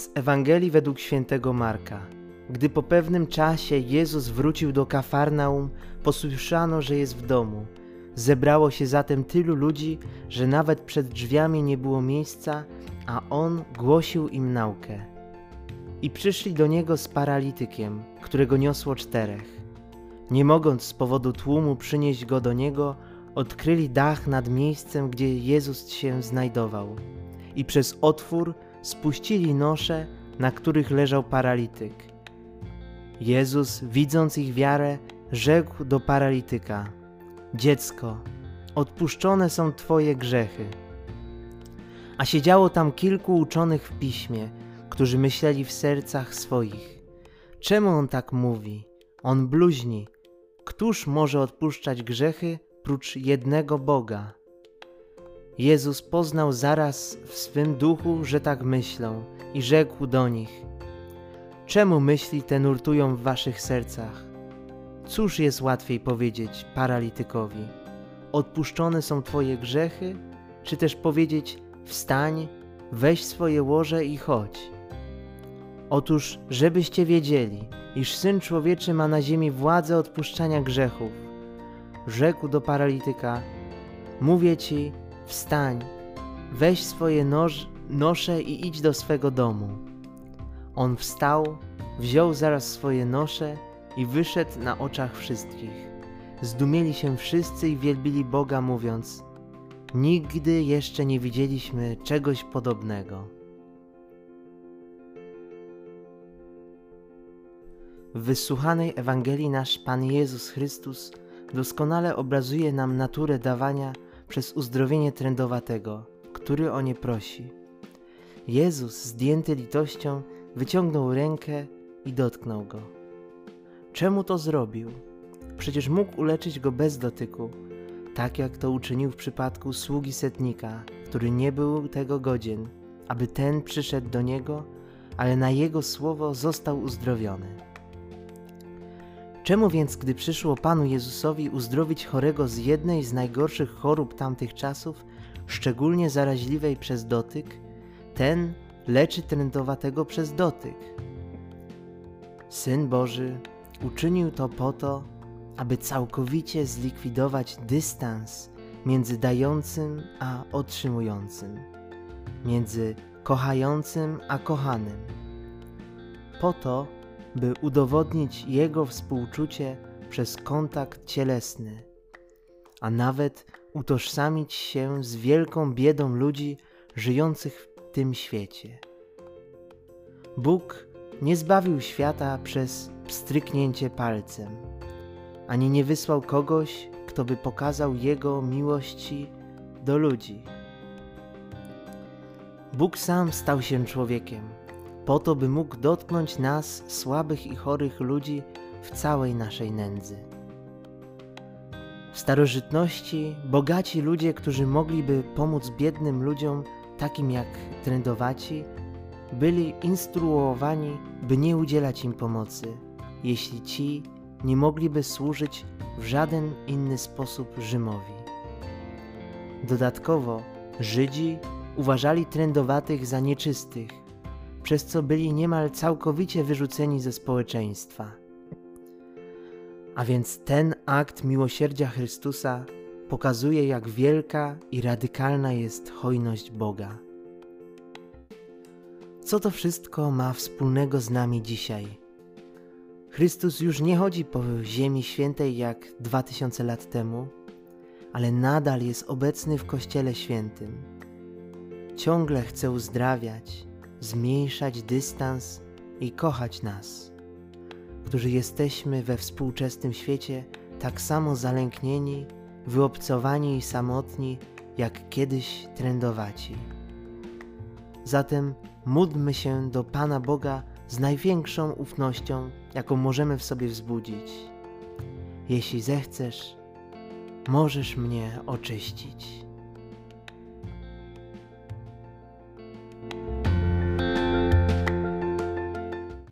Z Ewangelii według świętego Marka. Gdy po pewnym czasie Jezus wrócił do Kafarnaum, posłyszano, że jest w domu. Zebrało się zatem tylu ludzi, że nawet przed drzwiami nie było miejsca, a On głosił im naukę. I przyszli do Niego z paralitykiem, którego niosło 4. Nie mogąc z powodu tłumu przynieść go do Niego, odkryli dach nad miejscem, gdzie Jezus się znajdował. I przez otwór spuścili nosze, na których leżał paralityk. Jezus, widząc ich wiarę, rzekł do paralityka: Dziecko, odpuszczone są Twoje grzechy. A siedziało tam kilku uczonych w piśmie, którzy myśleli w sercach swoich: czemu on tak mówi? On bluźni. Któż może odpuszczać grzechy prócz jednego Boga? Jezus poznał zaraz w swym duchu, że tak myślą, i rzekł do nich: czemu myśli te nurtują w waszych sercach? Cóż jest łatwiej powiedzieć paralitykowi: odpuszczone są twoje grzechy, czy też powiedzieć: wstań, weź swoje łoże i chodź? Otóż, żebyście wiedzieli, iż Syn Człowieczy ma na ziemi władzę odpuszczania grzechów. Rzekł do paralityka: mówię ci, wstań, weź swoje nosze i idź do swego domu. On wstał, wziął zaraz swoje nosze i wyszedł na oczach wszystkich. Zdumieli się wszyscy i wielbili Boga, mówiąc: nigdy jeszcze nie widzieliśmy czegoś podobnego. W wysłuchanej Ewangelii nasz Pan Jezus Chrystus doskonale obrazuje nam naturę dawania przez uzdrowienie trędowatego, który o nie prosi. Jezus, zdjęty litością, wyciągnął rękę i dotknął go. Czemu to zrobił? Przecież mógł uleczyć go bez dotyku, tak jak to uczynił w przypadku sługi setnika, który nie był tego godzien, aby ten przyszedł do niego, ale na jego słowo został uzdrowiony. Czemu więc, gdy przyszło Panu Jezusowi uzdrowić chorego z jednej z najgorszych chorób tamtych czasów, szczególnie zaraźliwej przez dotyk, ten leczy trędowatego przez dotyk? Syn Boży uczynił to po to, aby całkowicie zlikwidować dystans między dającym a otrzymującym, między kochającym a kochanym. Po to, by udowodnić Jego współczucie przez kontakt cielesny, a nawet utożsamić się z wielką biedą ludzi żyjących w tym świecie. Bóg nie zbawił świata przez pstryknięcie palcem, ani nie wysłał kogoś, kto by pokazał Jego miłości do ludzi. Bóg sam stał się człowiekiem, po to, by mógł dotknąć nas, słabych i chorych ludzi, w całej naszej nędzy. W starożytności bogaci ludzie, którzy mogliby pomóc biednym ludziom, takim jak trędowaci, byli instruowani, by nie udzielać im pomocy, jeśli ci nie mogliby służyć w żaden inny sposób Rzymowi. Dodatkowo Żydzi uważali trędowatych za nieczystych, przez co byli niemal całkowicie wyrzuceni ze społeczeństwa. A więc ten akt miłosierdzia Chrystusa pokazuje, jak wielka i radykalna jest hojność Boga. Co to wszystko ma wspólnego z nami dzisiaj? Chrystus już nie chodzi po ziemi świętej jak 2000 lat temu, ale nadal jest obecny w Kościele Świętym. Ciągle chce uzdrawiać, zmniejszać dystans i kochać nas, którzy jesteśmy we współczesnym świecie tak samo zalęknieni, wyobcowani i samotni, jak kiedyś trędowaci. Zatem módlmy się do Pana Boga z największą ufnością, jaką możemy w sobie wzbudzić. Jeśli zechcesz, możesz mnie oczyścić.